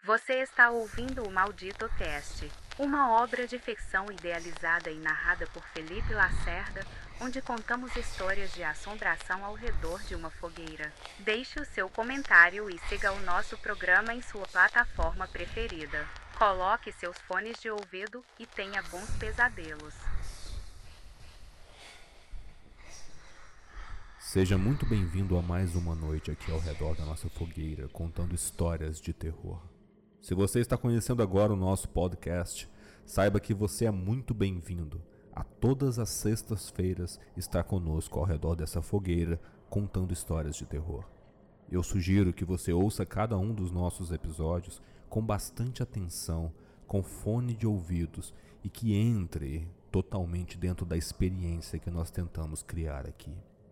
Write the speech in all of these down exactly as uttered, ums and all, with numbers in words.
Você está ouvindo o Maldito Cast, uma obra de ficção idealizada e narrada por Felipe Lacerda, onde contamos histórias de assombração ao redor de uma fogueira. Deixe o seu comentário e siga o nosso programa em sua plataforma preferida. Coloque seus fones de ouvido e tenha bons pesadelos. Seja muito bem-vindo a mais uma noite aqui ao redor da nossa fogueira, contando histórias de terror. Se você está conhecendo agora o nosso podcast, saiba que você é muito bem-vindo a todas as sextas-feiras estar conosco ao redor dessa fogueira, contando histórias de terror. Eu sugiro que você ouça cada um dos nossos episódios com bastante atenção, com fone de ouvidos e que entre totalmente dentro da experiência que nós tentamos criar aqui.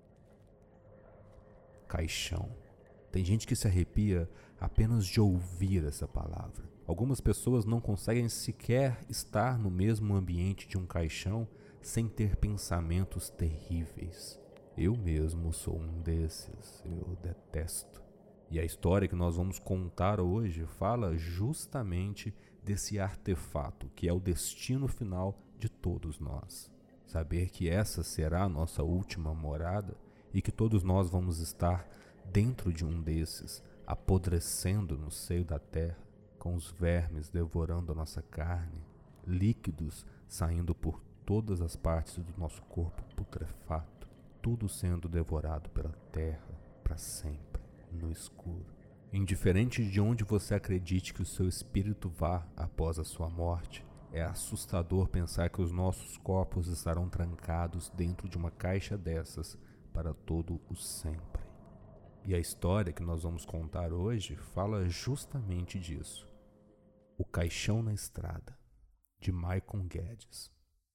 Caixão. Tem gente que se arrepia apenas de ouvir essa palavra. Algumas pessoas não conseguem sequer estar no mesmo ambiente de um caixão sem ter pensamentos terríveis. Eu mesmo sou um desses. Eu detesto. E a história que nós vamos contar hoje fala justamente desse artefato que é o destino final de todos nós. Saber que essa será a nossa última morada e que todos nós vamos estar dentro de um desses, apodrecendo no seio da terra, com os vermes devorando a nossa carne, líquidos saindo por todas as partes do nosso corpo putrefato, tudo sendo devorado pela terra para sempre, no escuro. Indiferente de onde você acredite que o seu espírito vá após a sua morte, é assustador pensar que os nossos corpos estarão trancados dentro de uma caixa dessas para todo o sempre. E a história que nós vamos contar hoje fala justamente disso. O Caixão na Estrada, de Maicon Guedes.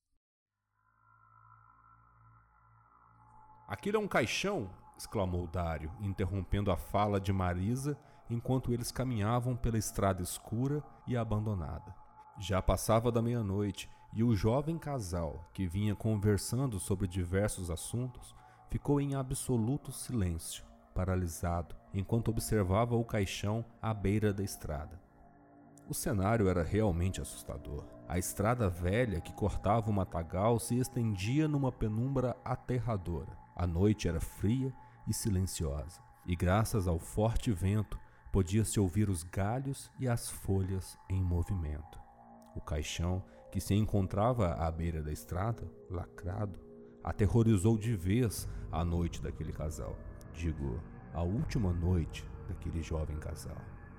Aquilo é um caixão? Exclamou Dário, interrompendo a fala de Marisa enquanto eles caminhavam pela estrada escura e abandonada. Já passava da meia-noite e o jovem casal, que vinha conversando sobre diversos assuntos, ficou em absoluto silêncio, paralisado, enquanto observava o caixão à beira da estrada. O cenário era realmente assustador. A estrada velha que cortava o matagal se estendia numa penumbra aterradora. A noite era fria e silenciosa, e graças ao forte vento podia-se ouvir os galhos e as folhas em movimento. O caixão, que se encontrava à beira da estrada, lacrado, aterrorizou de vez a noite daquele casal. Digo, a última noite daquele jovem casal.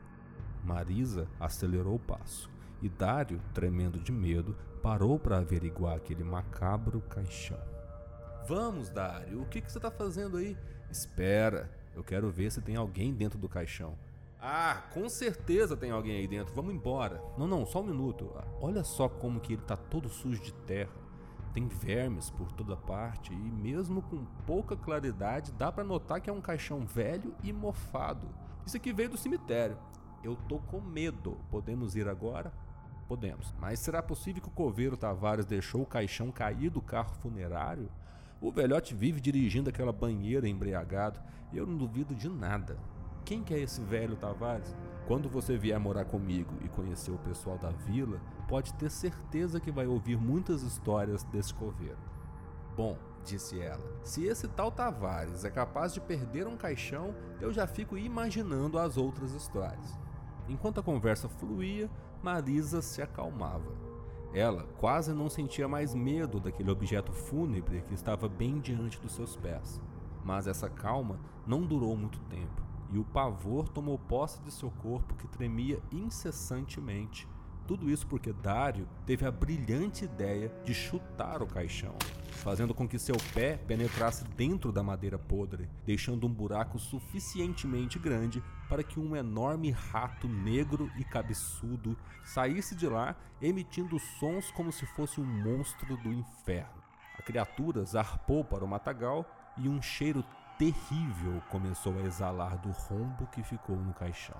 Marisa acelerou o passo e Dário, tremendo de medo, parou para averiguar aquele macabro caixão. Vamos, Dário, o que, que você está fazendo aí? Espera, eu quero ver se tem alguém dentro do caixão. Ah, com certeza tem alguém aí dentro, vamos embora. Não, não, só um minuto. Olha só como que ele está todo sujo de terra. Tem vermes por toda parte e mesmo com pouca claridade dá para notar que é um caixão velho e mofado. Isso aqui veio do cemitério. Eu tô com medo. Podemos ir agora? Podemos. Mas será possível que o coveiro Tavares deixou o caixão cair do carro funerário? O velhote vive dirigindo aquela banheira embriagado e eu não duvido de nada. Quem que é esse velho Tavares? Quando você vier morar comigo e conhecer o pessoal da vila, pode ter certeza que vai ouvir muitas histórias desse coveiro. Bom, disse ela, se esse tal Tavares é capaz de perder um caixão, eu já fico imaginando as outras histórias. Enquanto a conversa fluía, Marisa se acalmava. Ela quase não sentia mais medo daquele objeto fúnebre que estava bem diante dos seus pés. Mas essa calma não durou muito tempo. E o pavor tomou posse de seu corpo que tremia incessantemente. Tudo isso porque Dário teve a brilhante ideia de chutar o caixão, fazendo com que seu pé penetrasse dentro da madeira podre, deixando um buraco suficientemente grande para que um enorme rato negro e cabeçudo saísse de lá, emitindo sons como se fosse um monstro do inferno. A criatura zarpou para o matagal e um cheiro terrível começou a exalar do rombo que ficou no caixão.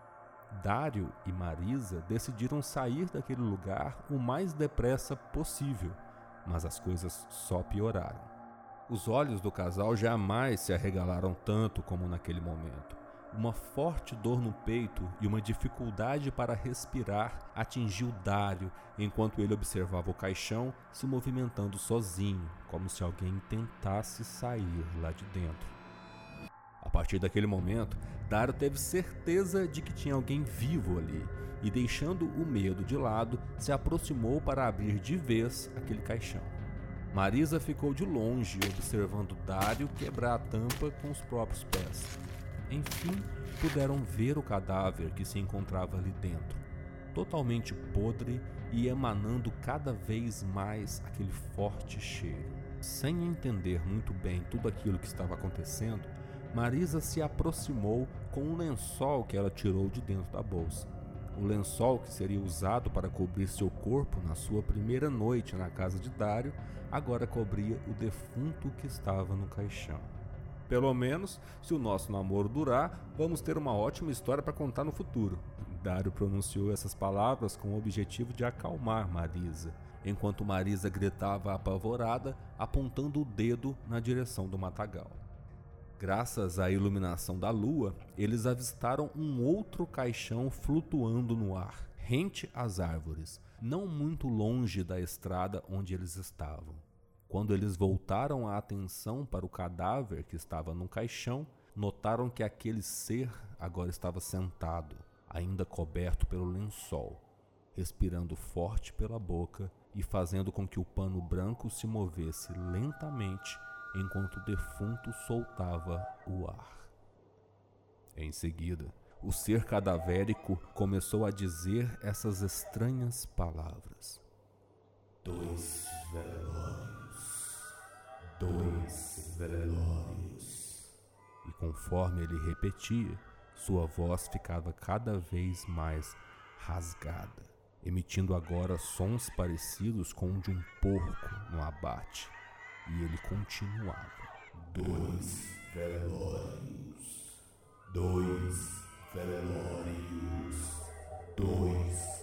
Dário e Marisa decidiram sair daquele lugar o mais depressa possível, mas as coisas só pioraram. Os olhos do casal jamais se arregalaram tanto como naquele momento. uma forte dor no peito e uma dificuldade para respirar atingiu Dário enquanto ele observava o caixão se movimentando sozinho, como se alguém tentasse sair lá de dentro. A partir daquele momento, Dário teve certeza de que tinha alguém vivo ali e, deixando o medo de lado, se aproximou para abrir de vez aquele caixão. Marisa ficou de longe observando Dário quebrar a tampa com os próprios pés. Enfim, puderam ver o cadáver que se encontrava ali dentro, totalmente podre e emanando cada vez mais aquele forte cheiro. Sem entender muito bem tudo aquilo que estava acontecendo, Marisa se aproximou com um lençol que ela tirou de dentro da bolsa. O lençol que seria usado para cobrir seu corpo na sua primeira noite na casa de Dário, agora cobria o defunto que estava no caixão. Pelo menos, se o nosso namoro durar, vamos ter uma ótima história para contar no futuro. Dário pronunciou essas palavras com o objetivo de acalmar Marisa, enquanto Marisa gritava apavorada, apontando o dedo na direção do matagal. Graças à iluminação da lua, eles avistaram um outro caixão flutuando no ar, rente às árvores, não muito longe da estrada onde eles estavam. Quando eles voltaram a atenção para o cadáver que estava no caixão, notaram que aquele ser agora estava sentado, ainda coberto pelo lençol, respirando forte pela boca e fazendo com que o pano branco se movesse lentamente enquanto o defunto soltava o ar. Em seguida, o ser cadavérico começou a dizer essas estranhas palavras. Dois velórios, dois velórios. E conforme ele repetia, sua voz ficava cada vez mais rasgada, emitindo agora sons parecidos com o de um porco no abate. E ele continuava. Dois velórios, dois velórios, dois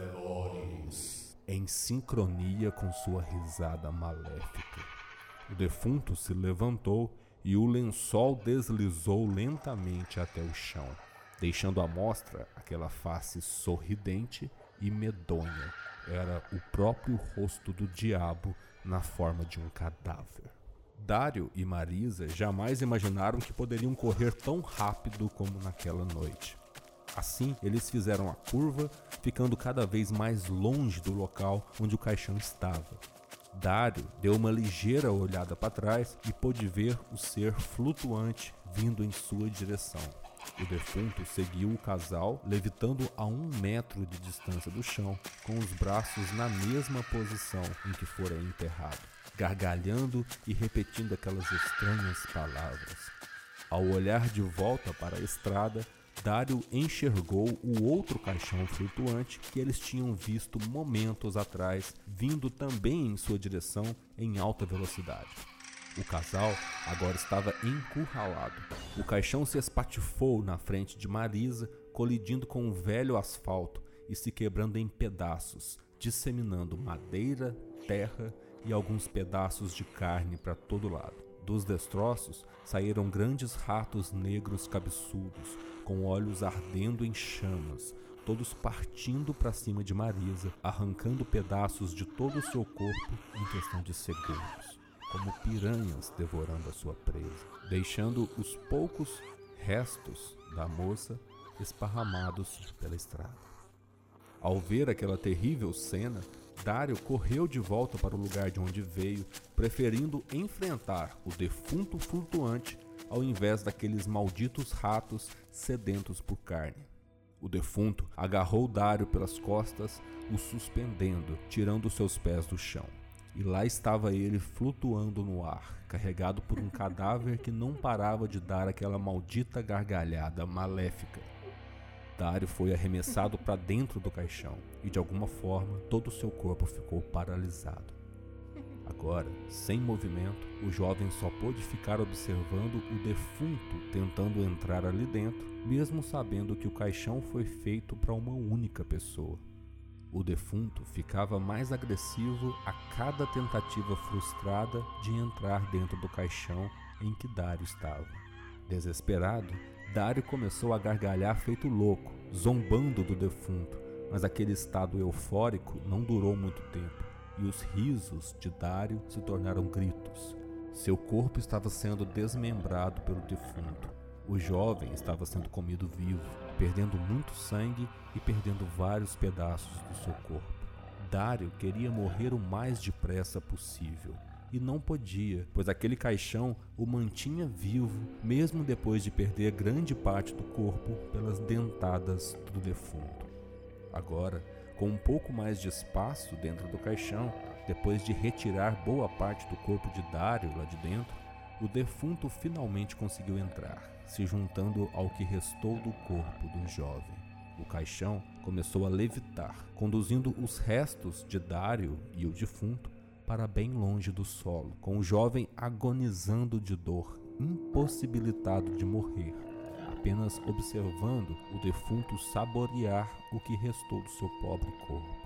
velórios. Em sincronia com sua risada maléfica. O defunto se levantou e o lençol deslizou lentamente até o chão, deixando à mostra aquela face sorridente e medonha. Era o próprio rosto do diabo na forma de um cadáver. Dário e Marisa jamais imaginaram que poderiam correr tão rápido como naquela noite. Assim, eles fizeram a curva, ficando cada vez mais longe do local onde o caixão estava. Dário deu uma ligeira olhada para trás e pôde ver o ser flutuante vindo em sua direção. O defunto seguiu o casal, levitando a um metro de distância do chão, com os braços na mesma posição em que fora enterrado, gargalhando e repetindo aquelas estranhas palavras. Ao olhar de volta para a estrada, Dário enxergou o outro caixão flutuante que eles tinham visto momentos atrás, vindo também em sua direção em alta velocidade. O casal agora estava encurralado. O caixão se espatifou na frente de Marisa, colidindo com o velho asfalto e se quebrando em pedaços, disseminando madeira, terra e alguns pedaços de carne para todo lado. Dos destroços saíram grandes ratos negros cabeçudos, com olhos ardendo em chamas, todos partindo para cima de Marisa, arrancando pedaços de todo o seu corpo em questão de segundos, como piranhas devorando a sua presa, deixando os poucos restos da moça esparramados pela estrada. Ao ver aquela terrível cena, Dário correu de volta para o lugar de onde veio, preferindo enfrentar o defunto flutuante ao invés daqueles malditos ratos sedentos por carne. O defunto agarrou Dário pelas costas, o suspendendo, tirando seus pés do chão. E lá estava ele flutuando no ar, carregado por um cadáver que não parava de dar aquela maldita gargalhada maléfica. Dário foi arremessado para dentro do caixão e, de alguma forma, todo o seu corpo ficou paralisado. Agora, sem movimento, o jovem só pôde ficar observando o defunto tentando entrar ali dentro, mesmo sabendo que o caixão foi feito para uma única pessoa. O defunto ficava mais agressivo a cada tentativa frustrada de entrar dentro do caixão em que Dário estava. Desesperado, Dário começou a gargalhar feito louco, zombando do defunto, mas aquele estado eufórico não durou muito tempo, e os risos de Dário se tornaram gritos. Seu corpo estava sendo desmembrado pelo defunto. O jovem estava sendo comido vivo, perdendo muito sangue e perdendo vários pedaços do seu corpo. Dário queria morrer o mais depressa possível, e não podia, pois aquele caixão o mantinha vivo, mesmo depois de perder grande parte do corpo pelas dentadas do defunto. Agora, com um pouco mais de espaço dentro do caixão, depois de retirar boa parte do corpo de Dário lá de dentro, o defunto finalmente conseguiu entrar, se juntando ao que restou do corpo do jovem. O caixão começou a levitar, conduzindo os restos de Dário e o defunto para bem longe do solo, com o jovem agonizando de dor, impossibilitado de morrer, apenas observando o defunto saborear o que restou do seu pobre corpo.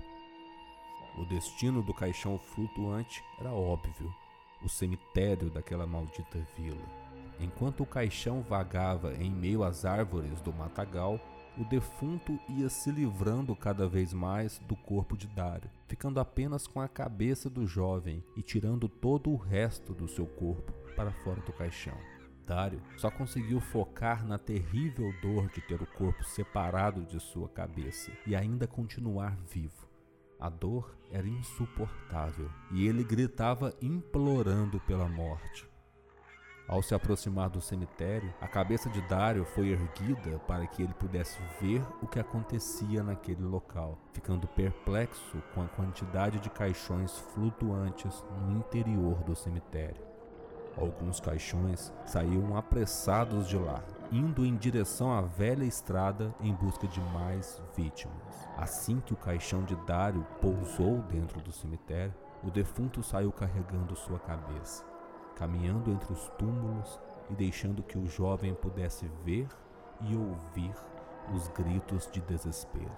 O destino do caixão flutuante era óbvio, o cemitério daquela maldita vila. Enquanto o caixão vagava em meio às árvores do matagal, o defunto ia se livrando cada vez mais do corpo de Dário, ficando apenas com a cabeça do jovem e tirando todo o resto do seu corpo para fora do caixão. Dário só conseguiu focar na terrível dor de ter o corpo separado de sua cabeça e ainda continuar vivo. A dor era insuportável e ele gritava implorando pela morte. Ao se aproximar do cemitério, a cabeça de Dário foi erguida para que ele pudesse ver o que acontecia naquele local, ficando perplexo com a quantidade de caixões flutuantes no interior do cemitério. Alguns caixões saíam apressados de lá, indo em direção à velha estrada em busca de mais vítimas. Assim que o caixão de Dário pousou dentro do cemitério, o defunto saiu carregando sua cabeça, caminhando entre os túmulos e deixando que o jovem pudesse ver e ouvir os gritos de desespero.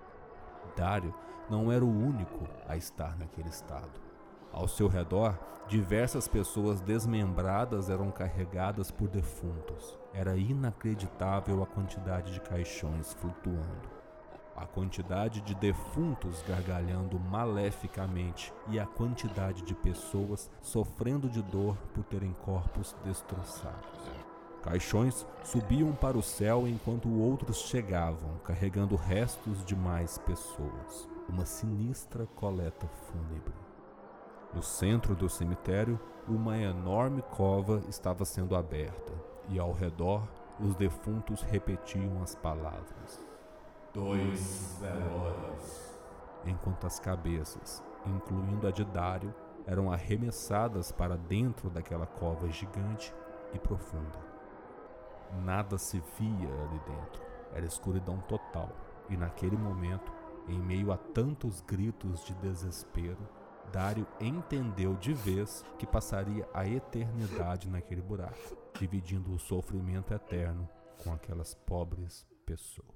Dário não era o único a estar naquele estado. Ao seu redor, diversas pessoas desmembradas eram carregadas por defuntos. Era inacreditável a quantidade de caixões flutuando, a quantidade de defuntos gargalhando maleficamente e a quantidade de pessoas sofrendo de dor por terem corpos destroçados. Caixões subiam para o céu enquanto outros chegavam, carregando restos de mais pessoas. Uma sinistra coleta fúnebre. No centro do cemitério, uma enorme cova estava sendo aberta, e ao redor, os defuntos repetiam as palavras: Dois velórios. Enquanto as cabeças, incluindo a de Dário, eram arremessadas para dentro daquela cova gigante e profunda. Nada se via ali dentro. Era escuridão total, e naquele momento, em meio a tantos gritos de desespero, Dário entendeu de vez que passaria a eternidade naquele buraco, dividindo o sofrimento eterno com aquelas pobres pessoas.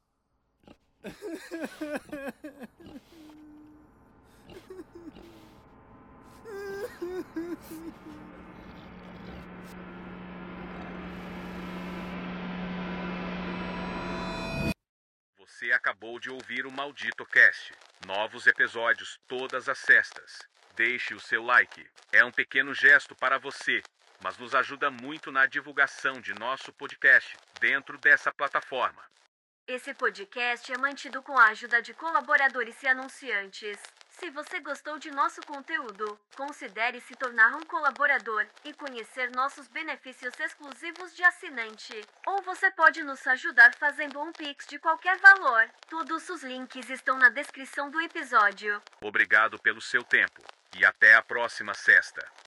Você acabou de ouvir o Maldito Cast. Novos episódios todas as sextas. Deixe o seu like. É um pequeno gesto para você, mas nos ajuda muito na divulgação de nosso podcast dentro dessa plataforma. Esse podcast é mantido com a ajuda de colaboradores e anunciantes. Se você gostou de nosso conteúdo, considere se tornar um colaborador e conhecer nossos benefícios exclusivos de assinante. Ou você pode nos ajudar fazendo um Pix de qualquer valor. Todos os links estão na descrição do episódio. Obrigado pelo seu tempo e até a próxima sexta.